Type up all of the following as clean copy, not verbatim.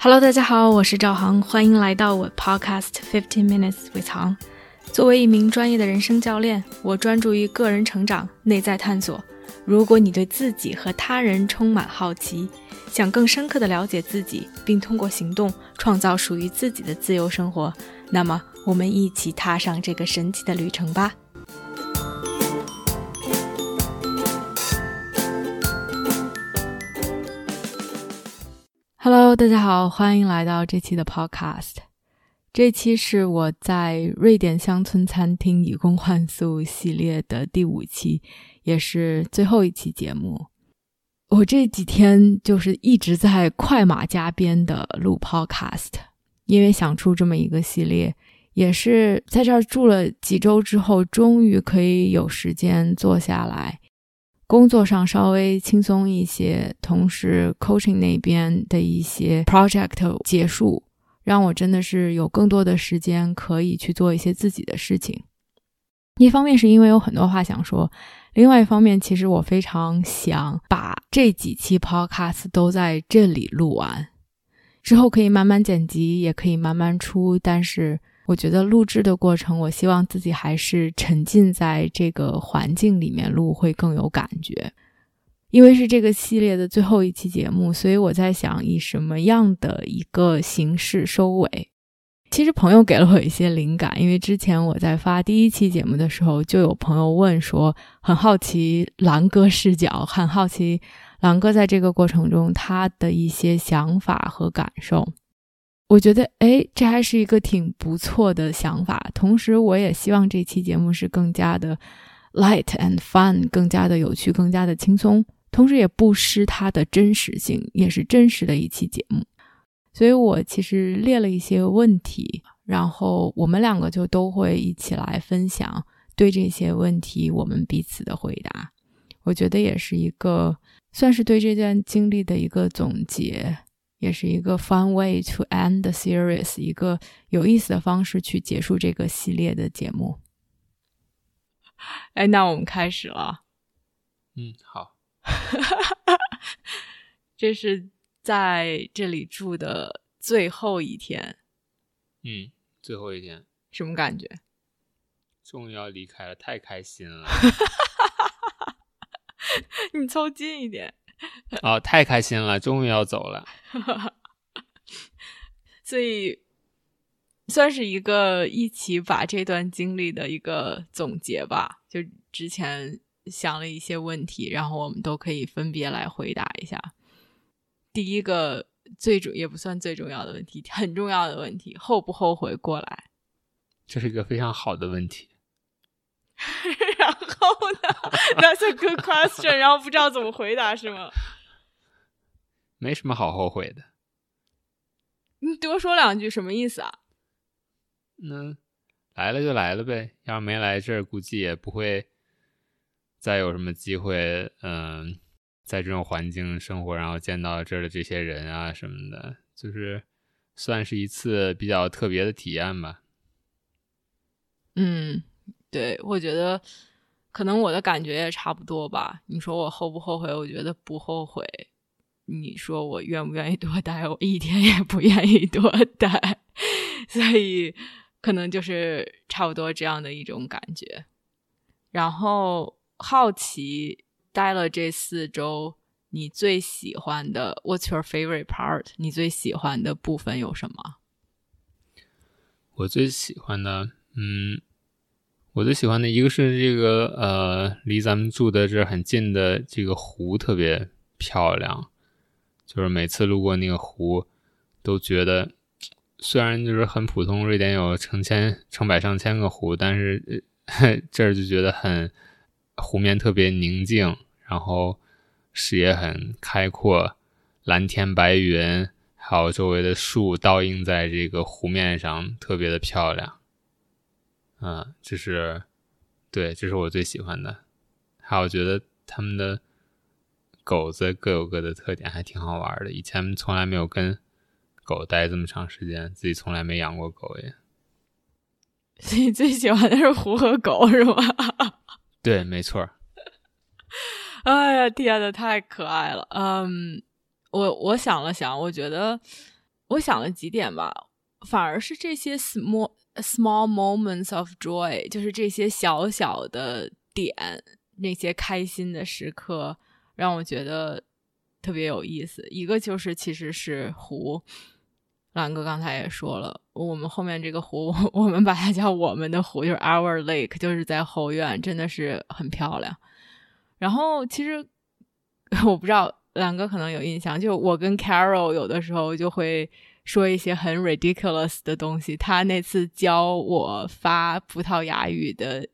Hello， 大家好，我是赵航，欢迎来到我 Podcast 15 Minutes with 航。作为一名专业的人生教练，我专注于个人成长、内在探索。如果你对自己和他人充满好奇，想更深刻地了解自己，并通过行动创造属于自己的自由生活，那么我们一起踏上这个神奇的旅程吧。Hello， 大家好，欢迎来到这期的 Podcast。这期是我在瑞典乡村餐厅以工换宿系列的第5期，也是最后一期节目。我这几天就是一直在快马加鞭的录 Podcast， 因为想出这么一个系列，也是在这儿住了几周之后，终于可以有时间坐下来，工作上稍微轻松一些，同时 coaching 那边的一些 project 结束，让我真的是有更多的时间可以去做一些自己的事情。一方面是因为有很多话想说，另外一方面其实我非常想把这几期 podcast 都在这里录完，之后可以慢慢剪辑，也可以慢慢出，但是我觉得录制的过程，我希望自己还是沉浸在这个环境里面录会更有感觉。因为是这个系列的最后一期节目，所以我在想以什么样的一个形式收尾。其实朋友给了我一些灵感，因为之前我在发第1期节目的时候，就有朋友问说，很好奇狼哥视角，很好奇狼哥在这个过程中他的一些想法和感受。我觉得这还是一个挺不错的想法，同时我也希望这期节目是更加的 light and fun， 更加的有趣，更加的轻松，同时也不失它的真实性，也是真实的一期节目。所以我其实列了一些问题，然后我们两个就都会一起来分享对这些问题我们彼此的回答。我觉得也是一个算是对这段经历的一个总结，也是一个 fun way to end the series， 一个有意思的方式去结束这个系列的节目。那我们开始了。 好。 这是在这里住的最后一天。 最后一天。 什么感觉？ 终于要离开了，太开心了。 你凑近一点。 太开心了，终于要走了。 所以算是一个一起把这段经历的一个总结吧，就之前想了一些问题，然后我们都可以分别来回答一下。第一个也不算最重要的问题，很重要的问题，后不后悔过来？ 这是一个非常好的问题。 然后呢？That's a good question 然后不知道怎么回答是吗？ 没什么好后悔的。 你多说2句什么意思啊？ 来了就来了呗，要是没来这儿估计也不会再有什么机会在这种环境生活，然后见到这儿的这些人啊什么的，就是算是一次比较特别的体验吧。 对，我觉得可能我的感觉也差不多吧。你说我后不后悔？我觉得不后悔。你说我愿不愿意多待？我一天也不愿意多待。所以可能就是差不多这样的一种感觉。然后好奇待了这4周，你最喜欢的 What's your favorite part？ 你最喜欢的部分有什么？ 我最喜欢的一个是这个离咱们住的这很近的这个湖特别漂亮，就是每次路过那个湖都觉得，虽然就是很普通，瑞典有成百上千个湖，但是这儿就觉得湖面特别宁静，然后视野很开阔，蓝天白云还有周围的树倒映在这个湖面上，特别的漂亮。这是我最喜欢的。还有觉得他们的狗子各有各的特点，还挺好玩的。以前从来没有跟狗待这么长时间，自己从来没养过狗也。 所以最喜欢的是湖和狗是吗？ 对，没错。 哎呀，天哪，太可爱了。我想了想，我觉得我想了几点吧，反而是这些 small moments of joy， 就是这些小小的点，那些开心的时刻让我觉得特别有意思。一个就是其实是湖，兰哥刚才也说了，我们后面这个湖我们把它叫我们的湖，就是 our lake， 就是在后院，真的是很漂亮。然后其实我不知道兰哥可能有印象，就我跟 Carol 有的时候就会说一些很 ridiculous 的东西。他那次教我发葡萄牙语的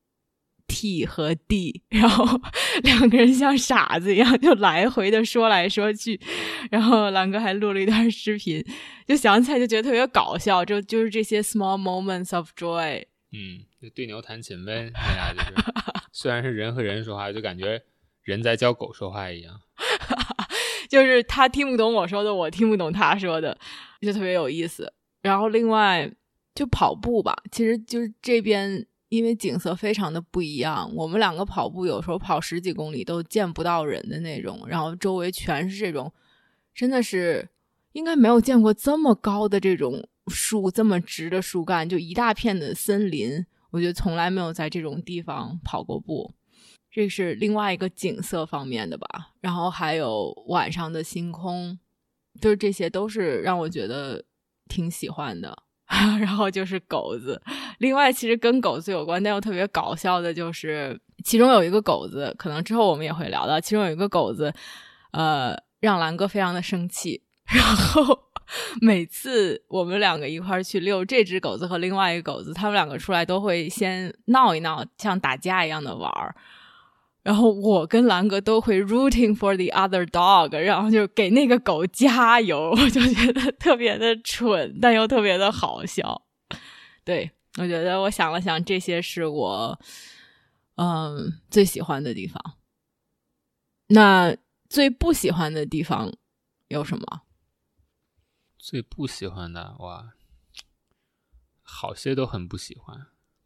T 和 D， 然后两个人像傻子一样就来回的说来说去，然后兰哥还录了一段视频，就想起来就觉得特别搞笑，就是这些 small moments of joy。 就对牛弹琴呗，那俩就是虽然是人和人说话，就感觉人在教狗说话一样。 就是他听不懂我说的，我听不懂他说的，就特别有意思。然后另外就跑步吧，其实就是这边因为景色非常的不一样，我们两个跑步有时候跑10几公里都见不到人的那种，然后周围全是这种，真的是应该没有见过这么高的这种树，这么直的树干，就一大片的森林，我觉得从来没有在这种地方跑过步。这是另外一个景色方面的吧，然后还有晚上的星空，就是这些都是让我觉得挺喜欢的。然后就是狗子，另外其实跟狗子有关但又特别搞笑的就是其中有一个狗子，可能之后我们也会聊到，其中有一个狗子让兰哥非常的生气，然后每次我们两个一块去遛，这只狗子和另外一个狗子他们两个出来都会先闹一闹，像打架一样的玩，然后我跟兰哥都会 rooting for the other dog， 然后就给那个狗加油，我就觉得特别的蠢但又特别的好笑。对，我觉得我想了想，这些是我最喜欢的地方。那最不喜欢的地方有什么？ 最不喜欢的，哇，好些都很不喜欢。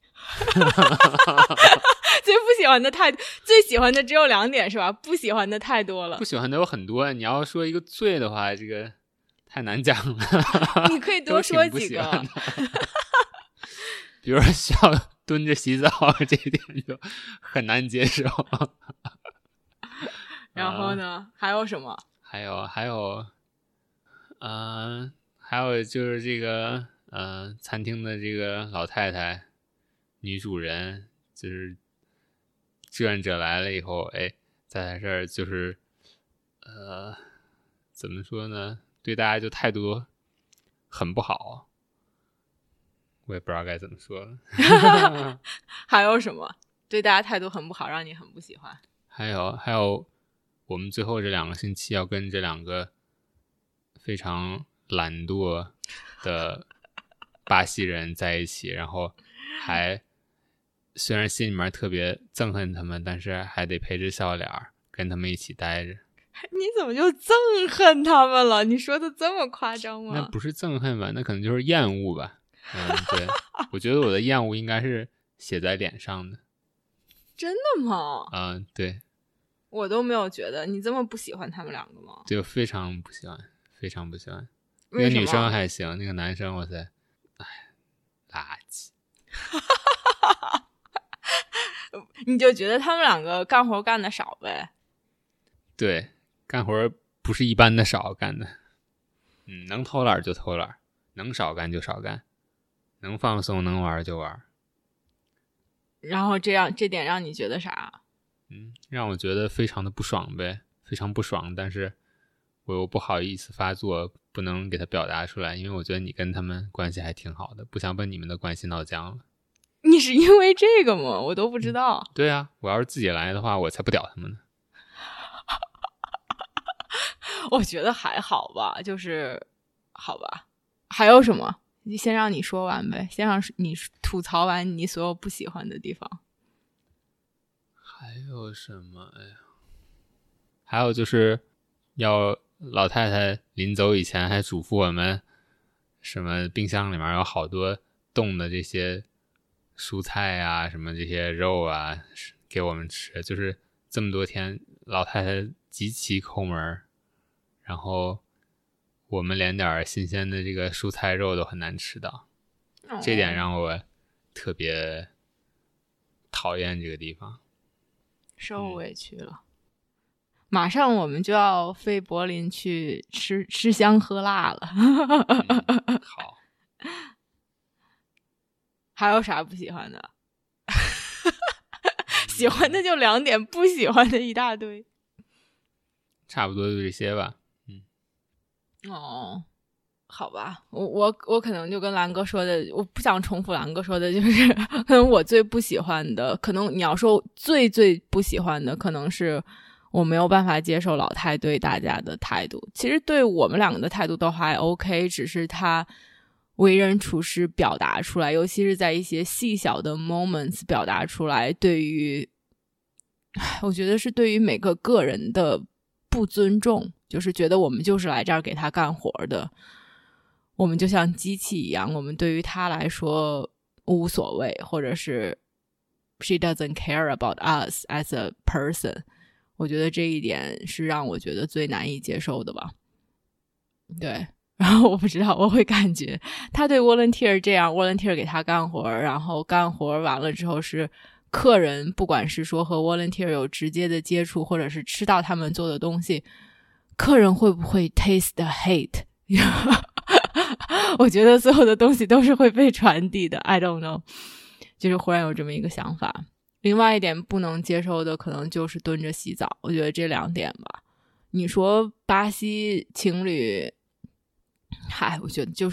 最不喜欢的最喜欢的只有2点是吧？不喜欢的太多了。 不喜欢的有很多，你要说一个最的话，这个太难讲了。 你可以多说几个。 比如说需要蹲着洗澡，这一点就很难接受。 然后呢？还有什么？ 还有就是这个餐厅的这个老太太女主人，就是志愿者来了以后，在这儿就是怎么说呢，对大家就态度很不好，我也不知道该怎么说了。 还有什么对大家态度很不好让你很不喜欢？ 还有我们最后这2个星期要跟这2个非常懒惰的巴西人在一起，然后还虽然心里面特别憎恨他们，但是还得陪着笑脸跟他们一起待着。 你怎么就憎恨他们了？你说的这么夸张吗？ 那不是憎恨吧，那可能就是厌恶吧。对，我觉得我的厌恶应该是写在脸上的。 真的吗？ 对， 我都没有觉得。你这么不喜欢他们2个吗？ 就非常不喜欢，非常不喜欢。那个女生还行，那个男生哇塞，垃圾。 你就觉得他们2个干活干的少呗？ 对，干活不是一般的少干的。能偷懒就偷懒，能少干就少干，能放松能玩就玩。 然后这点让你觉得啥？ 让我觉得非常的不爽呗，非常不爽，但是我又不好意思发作，不能给他表达出来，因为我觉得你跟他们关系还挺好的，不想把你们的关系闹僵了。 你是因为这个吗？我都不知道。 对啊，我要是自己来的话，我才不屌他们呢。 我觉得还好吧，就是好吧。还有什么？先让你说完呗，先让你吐槽完你所有不喜欢的地方。 还有什么？还有就是要老太太临走以前还嘱咐我们，什么冰箱里面有好多冻的这些蔬菜啊，什么这些肉啊，给我们吃。就是这么多天，老太太极其抠门，然后我们连点新鲜的这个蔬菜肉都很难吃到，这点让我特别讨厌这个地方， 受委屈了。马上我们就要飞柏林去吃香喝辣了。 好， 还有啥不喜欢的？喜欢的就2点，不喜欢的一大堆。 差不多就这些吧。 哦，好吧，我可能就跟蓝哥说的，我不想重复蓝哥说的，就是可能我最不喜欢的，可能你要说最不喜欢的，可能是我没有办法接受老太对大家的态度。其实对我们2个的态度都还 OK， 只是他为人处事表达出来，尤其是在一些细小的 moments 表达出来，我觉得是对于每个个人的不尊重，就是觉得我们就是来这儿给他干活的，我们就像机器一样，我们对于他来说无所谓，或者是 she doesn't care about us as a person。 我觉得这一点是让我觉得最难以接受的吧。对，然后我不知道，我会感觉他对 volunteer 这样 volunteer 给他干活，然后干活完了之后是客人，不管是说和 volunteer 有直接的接触，或者是吃到他们做的东西，客人会不会 taste the hate 我觉得所有的东西都是会被传递的。 I don't know， 就是忽然有这么一个想法。另外一点不能接受的可能就是蹲着洗澡，我觉得这2点吧。你说巴西情侣，我觉得就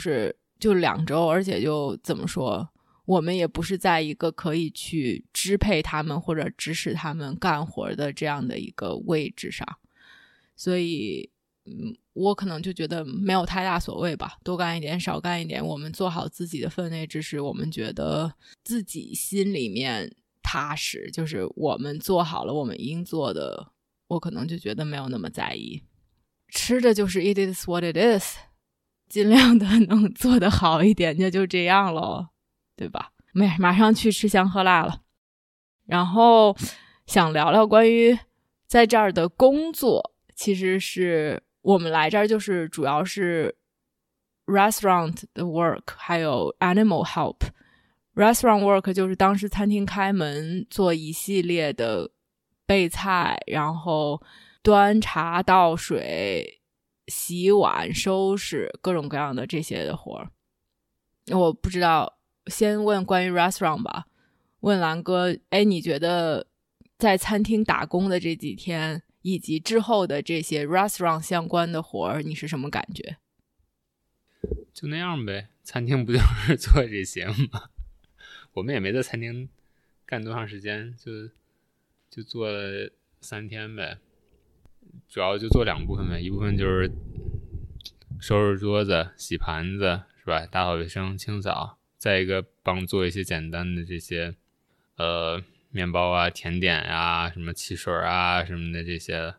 2周，而且就怎么说，我们也不是在一个可以去支配他们或者指使他们干活的这样的一个位置上，所以我可能就觉得没有太大所谓吧，多干一点少干一点，我们做好自己的分内之事，我们觉得自己心里面踏实，就是我们做好了我们应做的，我可能就觉得没有那么在意。吃的就是 it is what it is， 尽量的能做得好一点，就这样咯，对吧？马上去吃香喝辣了。然后想聊聊关于在这儿的工作，其实是我们来这儿就是主要是 restaurant 的 work 还有 animal help。restaurant work 就是当时餐厅开门做一系列的备菜，然后端茶倒水洗碗收拾各种各样的这些的活儿。我不知道，先问关于 restaurant 吧，问蓝哥，你觉得在餐厅打工的这几天以及之后的这些 restaurant 相关的活儿，你是什么感觉？ 就那样呗，餐厅不就是做这些吗？我们也没在餐厅干多长时间，就做了3天呗。主要就做2部分呗，一部分就是收拾桌子、洗盘子，是吧？打扫卫生、清扫。再一个帮做一些简单的这些面包啊、甜点啊、什么汽水啊什么的这些，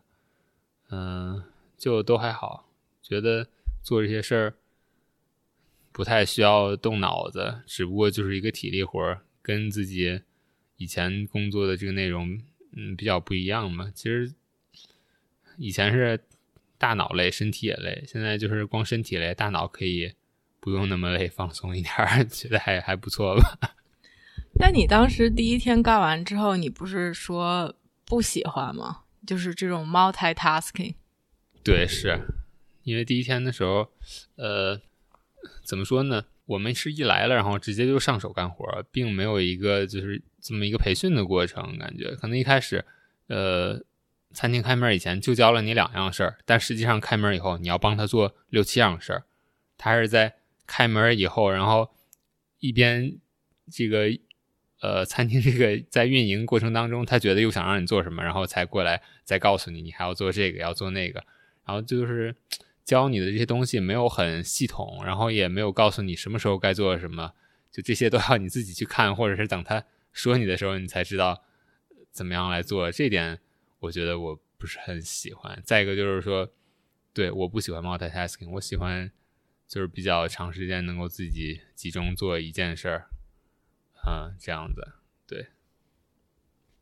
就都还好。觉得做这些事儿不太需要动脑子，只不过就是一个体力活，跟自己以前工作的这个内容比较不一样嘛。其实以前是大脑累，身体也累，现在就是光身体累，大脑可以不用那么累，放松一点，觉得还不错吧。 但你当时第1天干完之后，你不是说不喜欢吗？就是这种 multitasking。 对，是因为第1天的时候怎么说呢，我们是一来了然后直接就上手干活，并没有一个就是这么一个培训的过程。感觉可能一开始餐厅开门以前就教了你2样事儿，但实际上开门以后你要帮他做6、7样事儿。他是在开门以后，然后一边这个餐厅这个在运营过程当中，他觉得又想让你做什么，然后才过来再告诉你还要做这个要做那个，然后就是教你的这些东西没有很系统，然后也没有告诉你什么时候该做什么，就这些都要你自己去看，或者是等他说你的时候你才知道怎么样来做。这点我觉得我不是很喜欢。再一个就是说，对，我不喜欢 multitasking， 我喜欢就是比较长时间能够自己集中做一件事儿，这样子。对，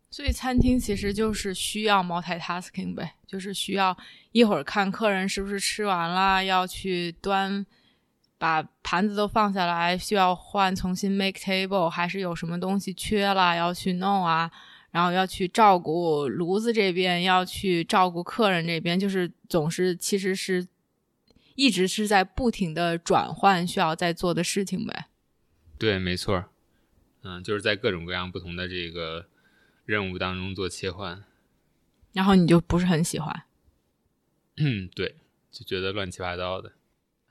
所以餐厅其实就是需要 multitasking 呗，就是需要一会儿看客人是不是吃完了，要去端把盘子都放下来，需要换重新 make table， 还是有什么东西缺了要去弄啊，然后要去照顾炉子这边，要去照顾客人这边，就是总是其实是一直是在不停的转换需要在做的事情呗。 对，没错。就是在各种各样不同的这个任务当中做切换。 然后你就不是很喜欢？ 对，就觉得乱七八糟的。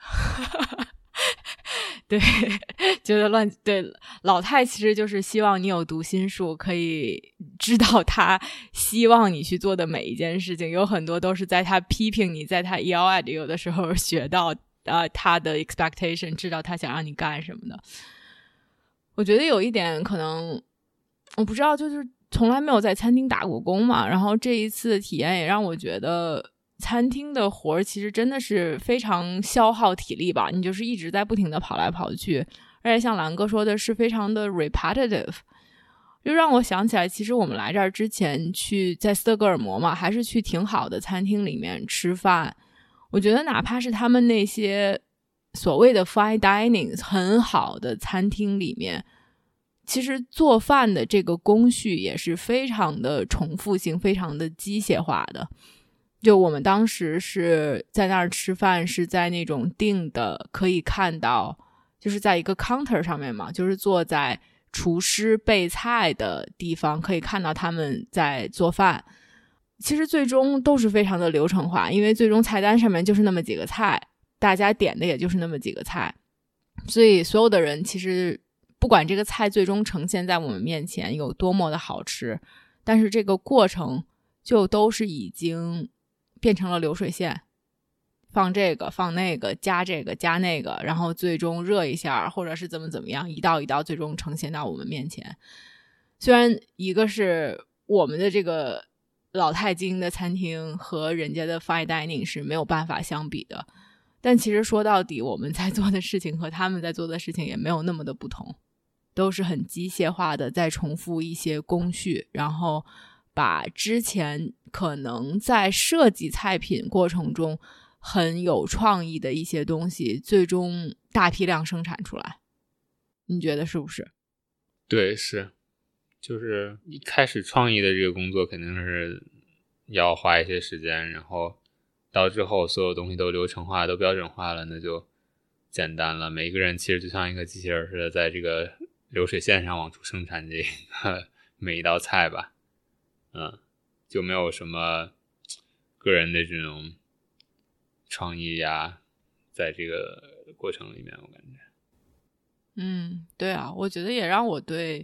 对，觉得对，老太其实就是希望你有读心术，可以知道他希望你去做的每一件事情，有很多都是在他批评你，在他 yell at you 的时候学到他的 expectation， 知道他想让你干什么的。我觉得有一点可能我不知道，就是从来没有在餐厅打过工嘛，然后这一次的体验也让我觉得餐厅的活其实真的是非常消耗体力吧，你就是一直在不停的跑来跑去，而且像蓝哥说的是非常的 repetitive， 就让我想起来其实我们来这儿之前去在斯德哥尔摩嘛，还是去挺好的餐厅里面吃饭，我觉得哪怕是他们那些所谓的 fine dining 很好的餐厅里面，其实做饭的这个工序也是非常的重复性，非常的机械化的。就我们当时是在那儿吃饭，是在那种定的可以看到，就是在一个 counter 上面嘛，就是坐在厨师备菜的地方，可以看到他们在做饭。其实最终都是非常的流程化，因为最终菜单上面就是那么几个菜，大家点的也就是那么几个菜，所以所有的人其实不管这个菜最终呈现在我们面前有多么的好吃，但是这个过程就都是已经变成了流水线，放这个放那个，加这个加那个，然后最终热一下或者是怎么样，一道一道最终呈现到我们面前。虽然一个是我们的这个老太精的餐厅和人家的 fine dining 是没有办法相比的，但其实说到底我们在做的事情和他们在做的事情也没有那么的不同，都是很机械化的在重复一些工序，然后把之前可能在设计菜品过程中很有创意的一些东西最终大批量生产出来。你觉得是不是？ 对，是，就是一开始创意的这个工作肯定是要花一些时间，然后到之后所有东西都流程化都标准化了，那就简单了，每一个人其实就像一个机器人似的在这个流水线上往出生产这个每一道菜吧。就没有什么个人的这种创意呀，在这个过程里面我感觉。 对啊，我觉得也让我对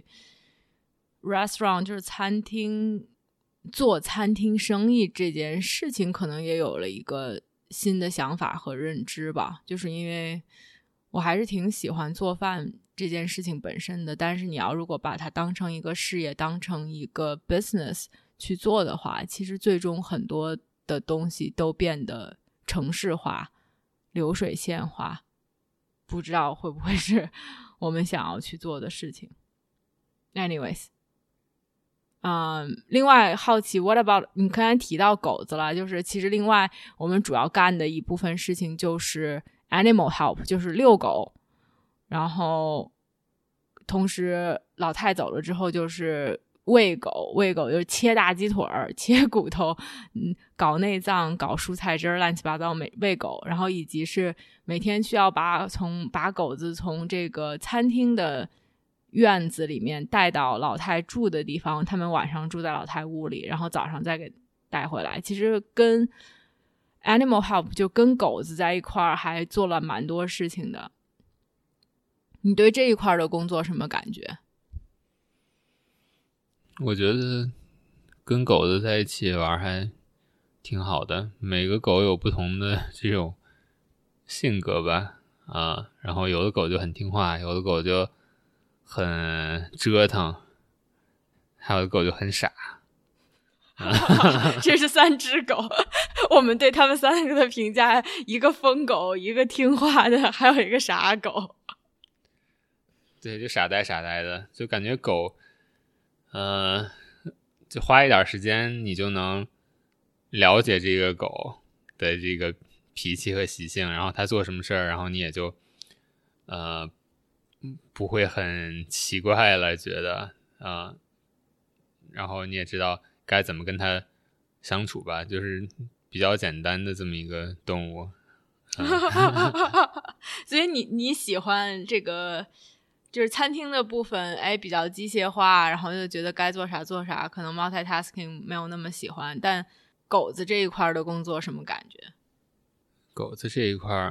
restaurant 就是餐厅做餐厅生意这件事情可能也有了一个新的想法和认知吧，就是因为我还是挺喜欢做饭这件事情本身的，但是你要如果把它当成一个事业，当成一个 business去做的话，其实最终很多的东西都变得程式化、流水线化，不知道会不会是我们想要去做的事情。Anyways，另外好奇 what about 你刚才提到狗子了，就是其实另外我们主要干的一部分事情就是 animal help， 就是遛狗，然后同时老太走了之后就是喂狗就是切大鸡腿儿、切骨头，搞内脏、搞蔬菜汁儿，乱七八糟喂狗，然后以及是每天需要把狗子从这个餐厅的院子里面带到老太住的地方，他们晚上住在老太屋里，然后早上再给带回来。其实跟 animal help 就跟狗子在一块儿还做了蛮多事情的。你对这一块的工作什么感觉？ 我觉得跟狗子在一起玩还挺好的，每个狗有不同的这种性格吧，然后有的狗就很听话，有的狗就很折腾，还有的狗就很傻。 这是3只狗，我们对他们3个的评价，一个疯狗，一个听话的，还有一个傻狗。对， 就傻呆傻呆的，就感觉狗就花一点时间你就能了解这个狗的这个脾气和习性，然后它做什么事儿，然后你也就不会很奇怪了，觉得然后你也知道该怎么跟它相处吧，就是比较简单的这么一个动物。 所以你喜欢这个就是餐厅的部分，哎，比较机械化，然后就觉得该做啥做啥，可能 multitasking 没有那么喜欢。但狗子这一块的工作什么感觉？ 狗子这一块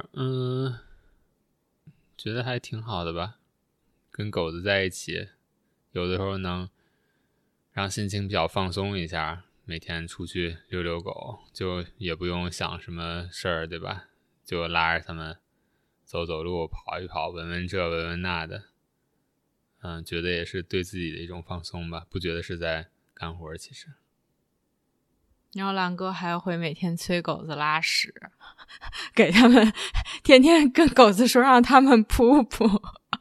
觉得还挺好的吧，跟狗子在一起有的时候能让心情比较放松一下，每天出去遛遛狗，就也不用想什么事儿，对吧？就拉着他们走走路，跑一跑，闻闻这闻闻那的，觉得也是对自己的一种放松吧，不觉得是在干活。其实然后蓝哥还会每天催狗子拉屎，给他们天天跟狗子说让他们噗噗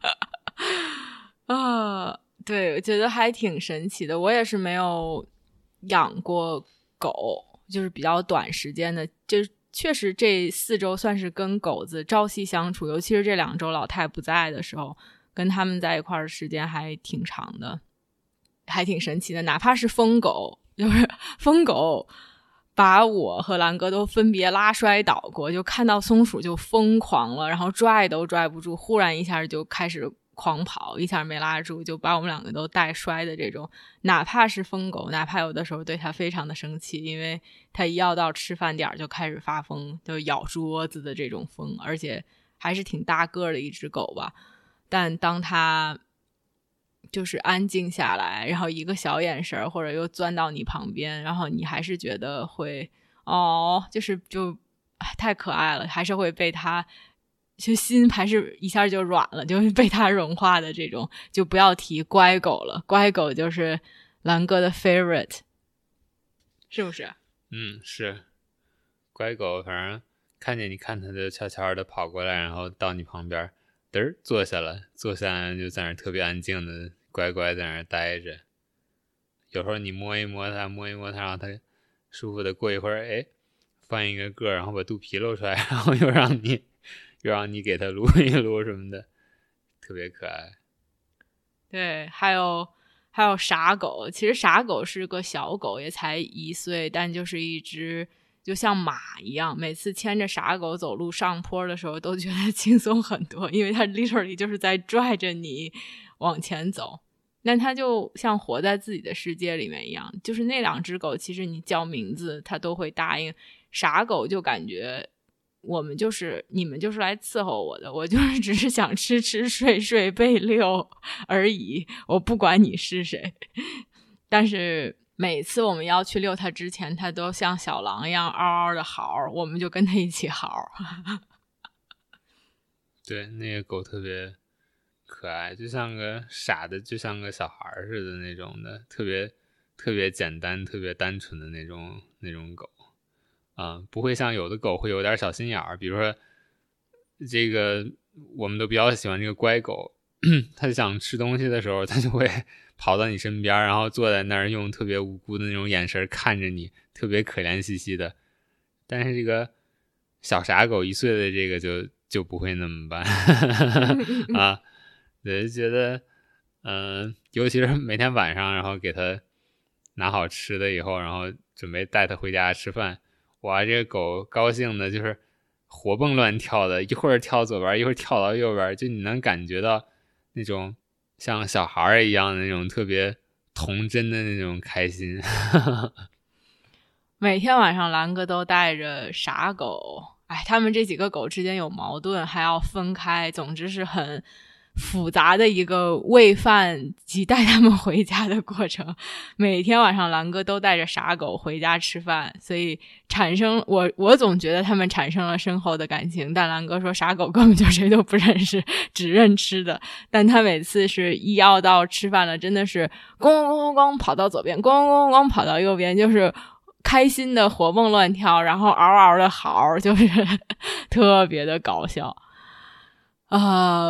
对，我觉得还挺神奇的。我也是没有养过狗，就是比较短时间的，就是确实这4周算是跟狗子朝夕相处，尤其是这2周老太不在的时候，跟他们在一块儿的时间还挺长的，还挺神奇的。哪怕是疯狗，就是疯狗把我和蓝哥都分别拉摔倒过，就看到松鼠就疯狂了，然后拽都拽不住，忽然一下就开始狂跑，一下没拉住，就把我们2个都带摔的这种。哪怕是疯狗，哪怕有的时候对它非常的生气，因为它一要到吃饭点就开始发疯，就咬桌子的这种疯，而且还是挺大个的一只狗吧。但当它就是安静下来，然后一个小眼神或者又钻到你旁边，然后你还是觉得会就太可爱了，还是会被它就心还是一下就软了，就被它融化的这种。就不要提乖狗了，乖狗就是蓝哥的 favorite， 是不是？ 是乖狗，反正看见你看它就悄悄的跑过来，然后到你旁边嘚儿坐下了，坐下来就在那特别安静的乖乖在那待着。有时候你摸一摸它，摸一摸它，让它舒服的过一会儿，哎，翻一个个，然后把肚皮露出来，然后又让你给它撸一撸什么的，特别可爱。 对，还有傻狗，其实傻狗是个小狗，也才1岁，但就是一只就像马一样，每次牵着傻狗走路上坡的时候都觉得轻松很多，因为它 literally 就是在拽着你往前走。但它就像活在自己的世界里面一样，就是那2只狗其实你叫名字它都会答应，傻狗就感觉你们就是来伺候我的，我就是只是想吃吃睡睡被遛而已，我不管你是谁。但是每次我们要去遛它之前，它都像小狼一样嗷嗷的嚎，我们就跟它一起嚎。 对，那个狗特别可爱，就像个傻的，就像个小孩似的那种的，特别简单特别单纯的那种狗。不会像有的狗会有点小心眼儿，比如说这个我们都比较喜欢这个乖狗，它想吃东西的时候它就会跑到你身边，然后坐在那儿用特别无辜的那种眼神看着你，特别可怜兮兮的。但是这个小傻狗1岁的这个就不会那么办啊，对，觉得尤其是每天晚上，然后给它拿好吃的以后，然后准备带它回家吃饭，哇，这个狗高兴的就是活蹦乱跳的，一会儿跳左边，一会儿跳到右边，就你能感觉到那种像小孩一样的那种特别童真的那种开心。 每天晚上蓝哥都带着傻狗，他们这几个狗之间有矛盾还要分开，总之是很复杂的一个喂饭及带他们回家的过程。每天晚上蓝哥都带着傻狗回家吃饭，所以我总觉得他们产生了深厚的感情，但蓝哥说傻狗根本就谁都不认识，只认吃的。但他每次是一要到吃饭了，真的是咣咣咣咣跑到左边，咣咣咣咣跑到右边，就是开心的活蹦乱跳，然后嗷嗷的嚎，就是特别的搞笑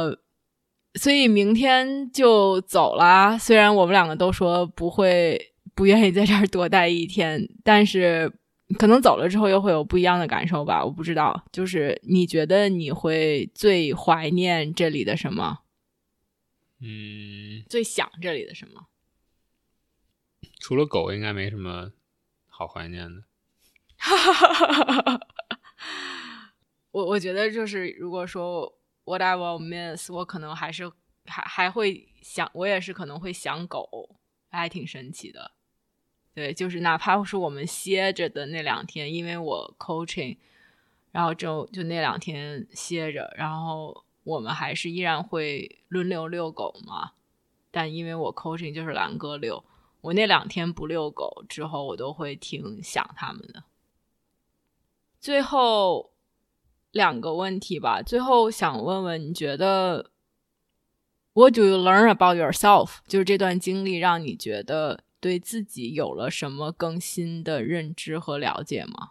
所以明天就走啦。虽然我们2个都说不会不愿意在这儿多待一天，但是可能走了之后又会有不一样的感受吧，我不知道。就是你觉得你会最怀念这里的什么？最想这里的什么？ 除了狗应该没什么好怀念的。 我觉得就是如果说 what I will miss， 我可能还会想，我也是可能会想狗，还挺神奇的。对，就是哪怕是我们歇着的那2天，因为我 coaching， 然后就那2天歇着，然后我们还是依然会轮流遛狗嘛。但因为我 coaching 就是蓝哥遛，我那2天不遛狗之后，我都会挺想他们的。最后2个问题吧，最后想问问你觉得 What do you learn about yourself？ 就是这段经历让你觉得对自己有了什么更新的认知和了解吗？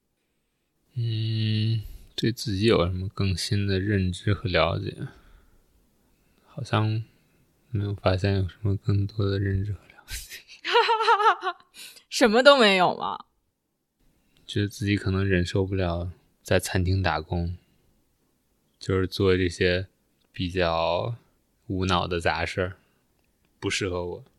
对自己有什么更新的认知和了解？好像没有发现有什么更多的认知和了解。 什么都没有吗？ 觉得自己可能忍受不了在餐厅打工，就是做这些比较无脑的杂事儿，不适合我。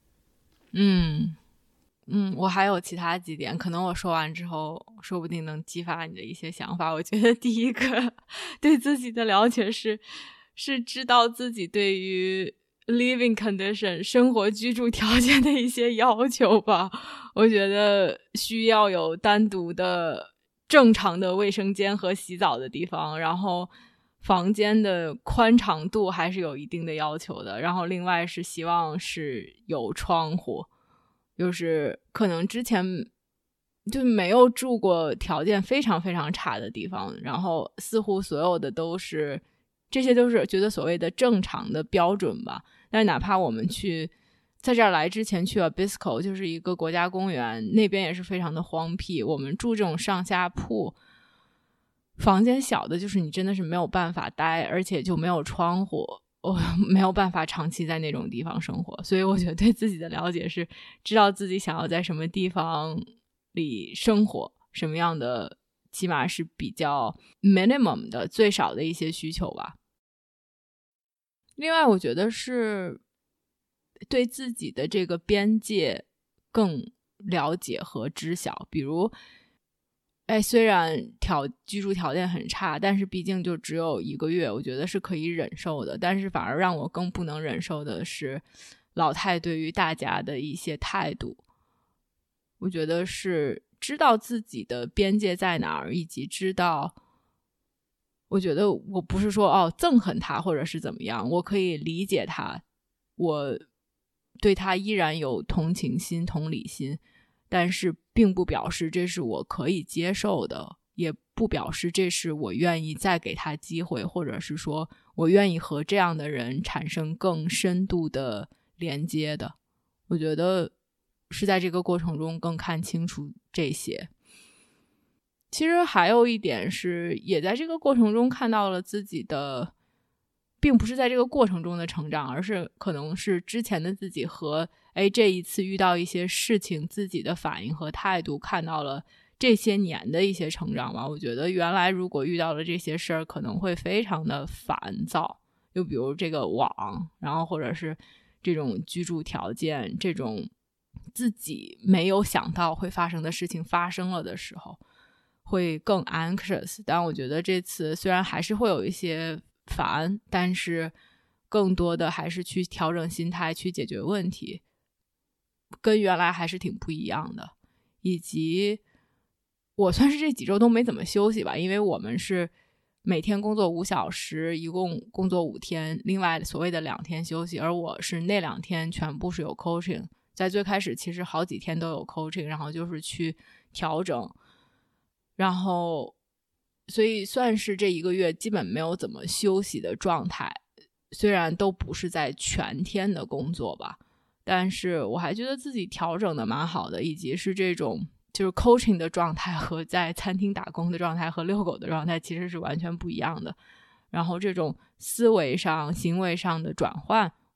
我还有其他几点，可能我说完之后说不定能激发你的一些想法。我觉得第一个对自己的了解是知道自己对于 living condition 生活居住条件的一些要求吧。我觉得需要有单独的正常的卫生间和洗澡的地方，然后房间的宽敞度还是有一定的要求的，然后另外是希望是有窗户，就是可能之前就没有住过条件非常非常差的地方，然后似乎所有的这些都是觉得所谓的正常的标准吧。但是哪怕我们在这儿来之前去了 Abisko， 就是一个国家公园，那边也是非常的荒僻，我们住这种上下铺，房间小的就是你真的是没有办法待，而且就没有窗户，没有办法长期在那种地方生活。所以我觉得对自己的了解是知道自己想要在什么地方里生活，什么样的起码是比较 minimum 的最少的一些需求吧。另外我觉得是对自己的这个边界更了解和知晓，比如虽然居住条件很差，但是毕竟就只有1个月，我觉得是可以忍受的。但是反而让我更不能忍受的是老太对于大家的一些态度。我觉得是知道自己的边界在哪儿，以及知道，我觉得我不是说憎恨他或者是怎么样，我可以理解他，我对他依然有同情心同理心，但是并不表示这是我可以接受的，也不表示这是我愿意再给他机会，或者是说我愿意和这样的人产生更深度的连接的。我觉得是在这个过程中更看清楚这些。其实还有一点是也在这个过程中看到了自己的，并不是在这个过程中的成长，而是可能是之前的自己和这一次遇到一些事情自己的反应和态度，看到了这些年的一些成长吧。我觉得原来如果遇到了这些事儿可能会非常的烦躁，就比如这个网，然后或者是这种居住条件，这种自己没有想到会发生的事情发生了的时候会更 anxious。 但我觉得这次虽然还是会有一些烦，但是更多的还是去调整心态去解决问题，跟原来还是挺不一样的。以及我算是这几周都没怎么休息吧，因为我们是每天工作5小时，一共工作5天，另外所谓的2天休息，而我是那2天全部是有 coaching， 在最开始其实好几天都有 coaching， 然后就是去调整，然后所以算是这1个月基本没有怎么休息的状态，虽然都不是在全天的工作吧，但是我还觉得自己调整的蛮好的，以及是这种就是 coaching 的状态和在餐厅打工的状态和遛狗的状态其实是完全不一样的。然后这种思维上行为上的转换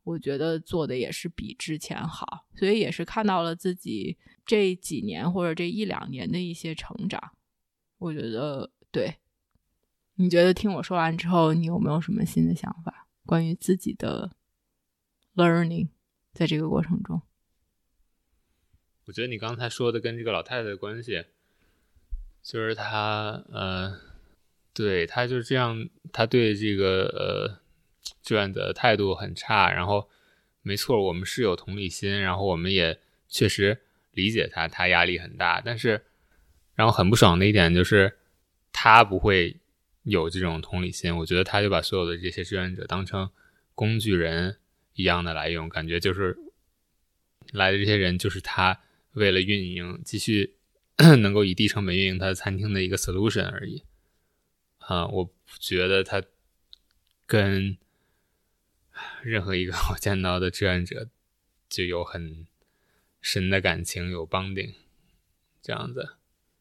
我觉得做的也是比之前好，所以也是看到了自己这几年或者这1-2年的一些成长。我觉得对。你觉得听我说完之后，你有没有什么新的想法关于自己的 learning 在这个过程中？ 我觉得你刚才说的跟这个老太太的关系，就是她对，她就是这样，她对这个志愿者的态度很差，然后没错，我们是有同理心，然后我们也确实理解她压力很大，但是让我很不爽的一点就是她不会有这种同理心，我觉得她就把所有的这些志愿者当成工具人一样的来用，感觉就是来的这些人就是她为了运营继续能够以低成本运营她的餐厅的一个 solution 而已。我觉得他跟任何一个我见到的志愿者就有很深的感情，有 bonding 这样子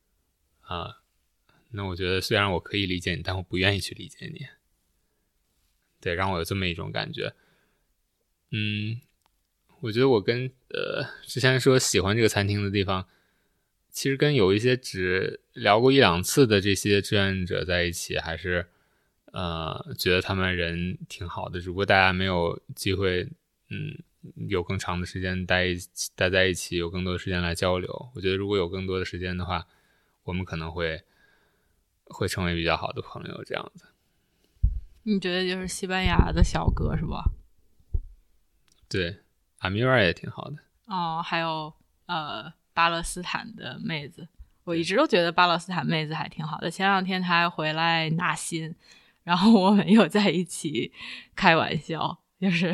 那我觉得虽然我可以理解你，但我不愿意去理解你。对，让我有这么一种感觉。我觉得我跟之前说喜欢这个餐厅的地方，其实跟有一些只聊过1-2次的这些志愿者在一起，还是觉得他们人挺好的，只不过大家没有机会有更长的时间待在一起，有更多的时间来交流。我觉得如果有更多的时间的话，我们可能会成为比较好的朋友这样子。 你觉得就是西班牙的小哥是吧？ 对，阿米尔也挺好的。 还有巴勒斯坦的妹子，我一直都觉得巴勒斯坦妹子还挺好的。前2天她还回来纳新，然后我们又在一起开玩笑，就是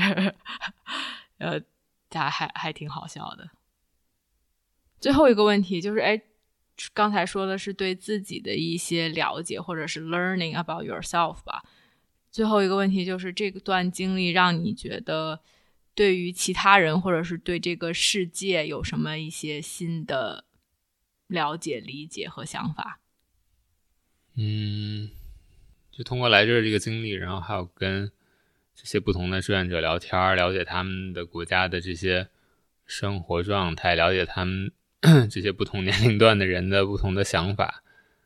还挺好笑的。最后一个问题就是，刚才说的是对自己的一些了解，或者是 learning about yourself 吧。最后一个问题就是这段经历让你觉得对于其他人或者是对这个世界有什么一些新的了解、理解和想法？ 就通过来这儿这个经历，然后还有跟这些不同的志愿者聊天，了解他们的国家的这些生活状态，了解他们这些不同年龄段的人的不同的想法，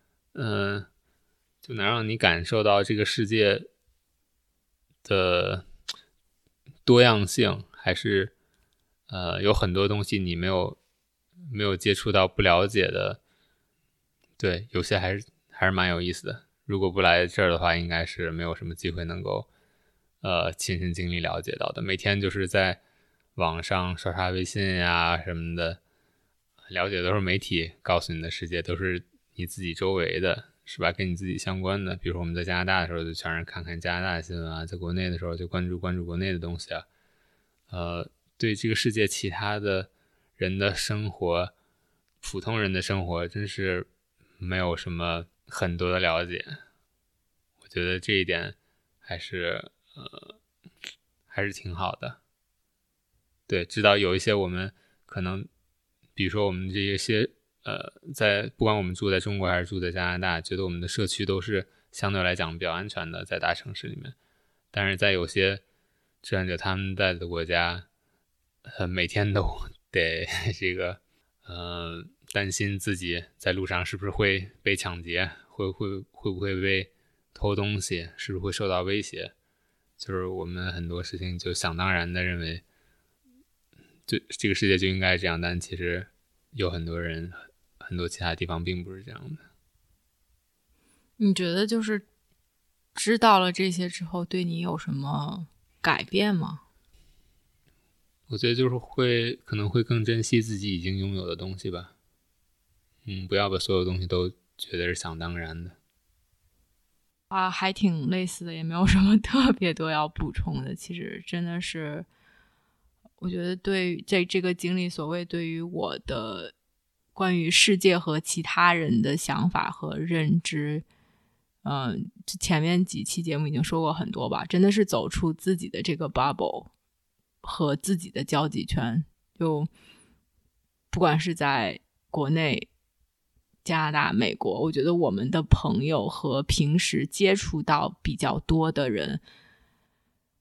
就能让你感受到这个世界的多样性，还是有很多东西你没有接触到、不了解的。对，有些还是蛮有意思的。如果不来这儿的话，应该是没有什么机会能够亲身经历了解到的。每天就是在网上刷微信呀什么的，了解都是媒体告诉你的世界，都是你自己周围的，是吧？跟你自己相关的。比如说我们在加拿大的时候，就全是看看加拿大的新闻啊；在国内的时候，就关注国内的东西啊。对这个世界其他的人的生活，普通人的生活，真是没有什么很多的了解。我觉得这一点还是挺好的。对，知道有一些我们可能，比如说我们这些不管我们住在中国还是住在加拿大，觉得我们的社区都是相对来讲比较安全的，在大城市里面。但是在有些志愿者他们在的国家，每天都得这个担心自己在路上是不是会被抢劫，会不会被偷东西，是不是会受到威胁。就是我们很多事情就想当然的认为这个世界就应该这样，但其实有很多人很多其他地方并不是这样的。 你觉得就是知道了这些之后对你有什么改变吗？ 我觉得就是可能会更珍惜自己已经拥有的东西吧。不要把所有东西都觉得是想当然的。 还挺类似的，也没有什么特别多要补充的。其实真的是，我觉得对这个经历，所谓对于我的关于世界和其他人的想法和认知，前面几期节目已经说过很多吧，真的是走出自己的这个 bubble 和自己的交际圈，就不管是在国内、加拿大、美国，我觉得我们的朋友和平时接触到比较多的人，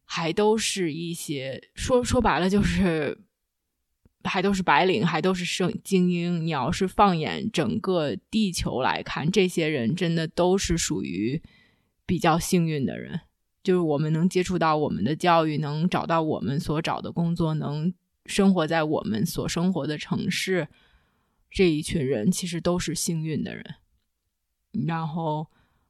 还都是一些说白了就是还都是白领，还都是精英。你要是放眼整个地球来看，这些人真的都是属于比较幸运的人，就是我们能接触到我们的教育，能找到我们所找的工作，能生活在我们所生活的城市，这一群人其实都是幸运的人。然后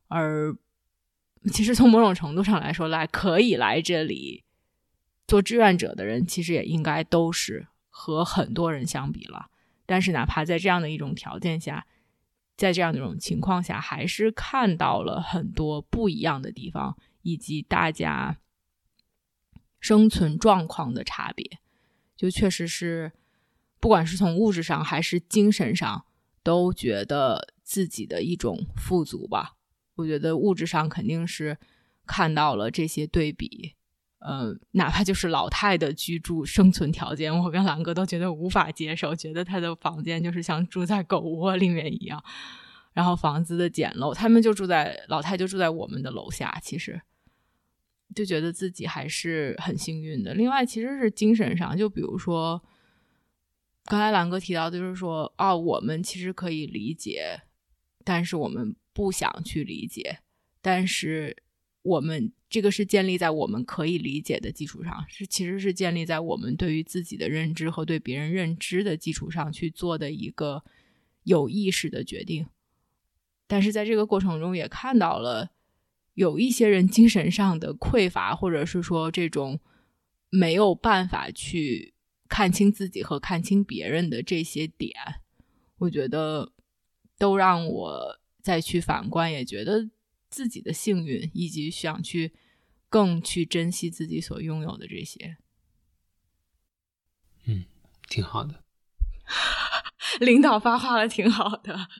其实从某种程度上来说，可以来这里做志愿者的人其实也应该都是和很多人相比了，但是哪怕在这样的一种条件下，在这样的一种情况下，还是看到了很多不一样的地方，以及大家生存状况的差别。就确实是不管是从物质上还是精神上，都觉得自己的一种富足吧。我觉得物质上肯定是看到了这些对比，哪怕就是老太的居住生存条件，我跟蓝哥都觉得无法接受，觉得他的房间就是像住在狗窝里面一样，然后房子的简陋，老太就住在我们的楼下，其实就觉得自己还是很幸运的。另外其实是精神上，就比如说刚才蓝哥提到的就是说我们其实可以理解，但是我们不想去理解，但是我们这个是建立在我们可以理解的基础上，其实是建立在我们对于自己的认知和对别人认知的基础上去做的一个有意识的决定。但是在这个过程中也看到了有一些人精神上的匮乏，或者是说这种没有办法去看清自己和看清别人的这些点，我觉得都让我再去反观，也觉得自己的幸运，以及想去更去珍惜自己所拥有的这些。 挺好的。 领导发话了，挺好的。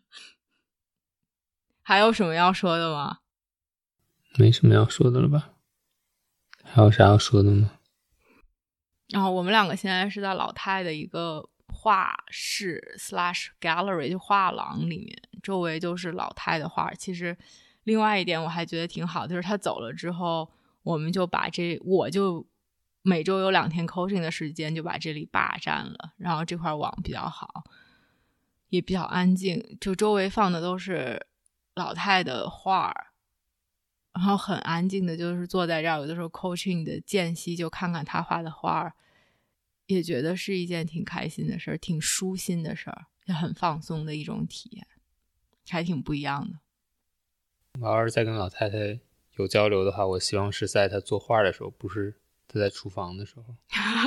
还有什么要说的吗？ 没什么要说的了吧？还有啥要说的吗？ 然后我们两个现在是在老太的一个画室 /gallery 就画廊里面，周围都是老太的画。其实另外一点我还觉得挺好，就是他走了之后，我就每周有2天 coaching 的时间就把这里霸占了，然后这块网比较好，也比较安静，就周围放的都是老太的画，然后很安静的就是坐在这儿，有的时候 coaching 的间隙就看看他画的画，也觉得是一件挺开心的事儿，挺舒心的事儿，也很放松的一种体验，还挺不一样的。 我要是再跟老太太有交流的话，我希望是在她作画的时候，不是她在厨房的时候。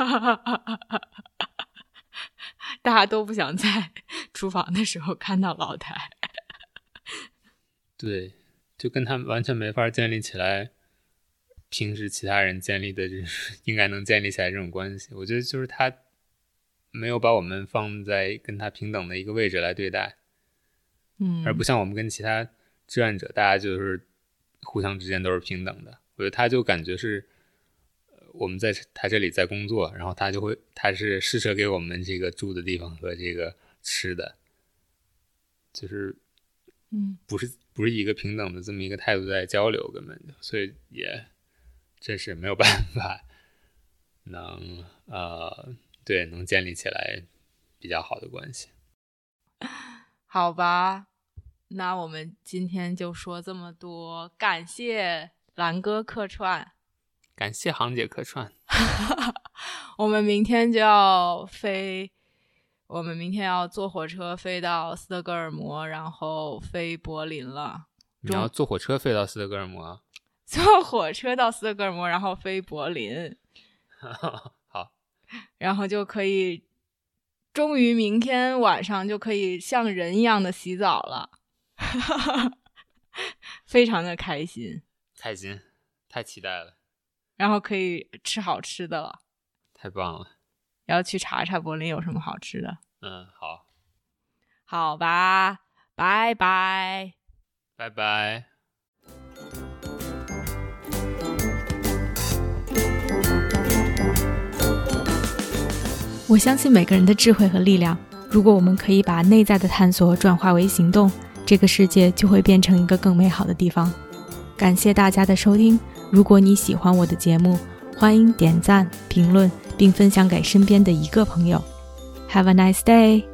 大家都不想在厨房的时候看到老太。 对，就跟他完全没法建立起来平时其他人建立的应该能建立起来这种关系。我觉得就是他没有把我们放在跟他平等的一个位置来对待，而不像我们跟其他志愿者，大家就是互相之间都是平等的。我觉得他就感觉是我们在他这里在工作，然后他是施舍给我们这个住的地方和这个吃的，就是不是一个平等的这么一个态度在交流，根本就，所以也真是没有办法能建立起来比较好的关系。 好吧，那我们今天就说这么多，感谢蓝哥客串， 感谢航姐客串。 我们明天就要坐火车飞到斯德哥尔摩，然后飞柏林了。 你要坐火车飞到斯德哥尔摩？ 坐火车到斯德哥尔摩，然后飞柏林。 好， 然后就可以，终于明天晚上就可以像人一样的洗澡了。非常的开心， 太期待了。 然后可以吃好吃的了， 太棒了。 要去查查柏林有什么好吃的。 好， 好吧，拜拜。 拜拜。 我相信每个人的智慧和力量，如果我们可以把内在的探索转化为行动，这个世界就会变成一个更美好的地方。感谢大家的收听，如果你喜欢我的节目， 欢迎点赞、评论并分享给身边的一个朋友。Have a nice day!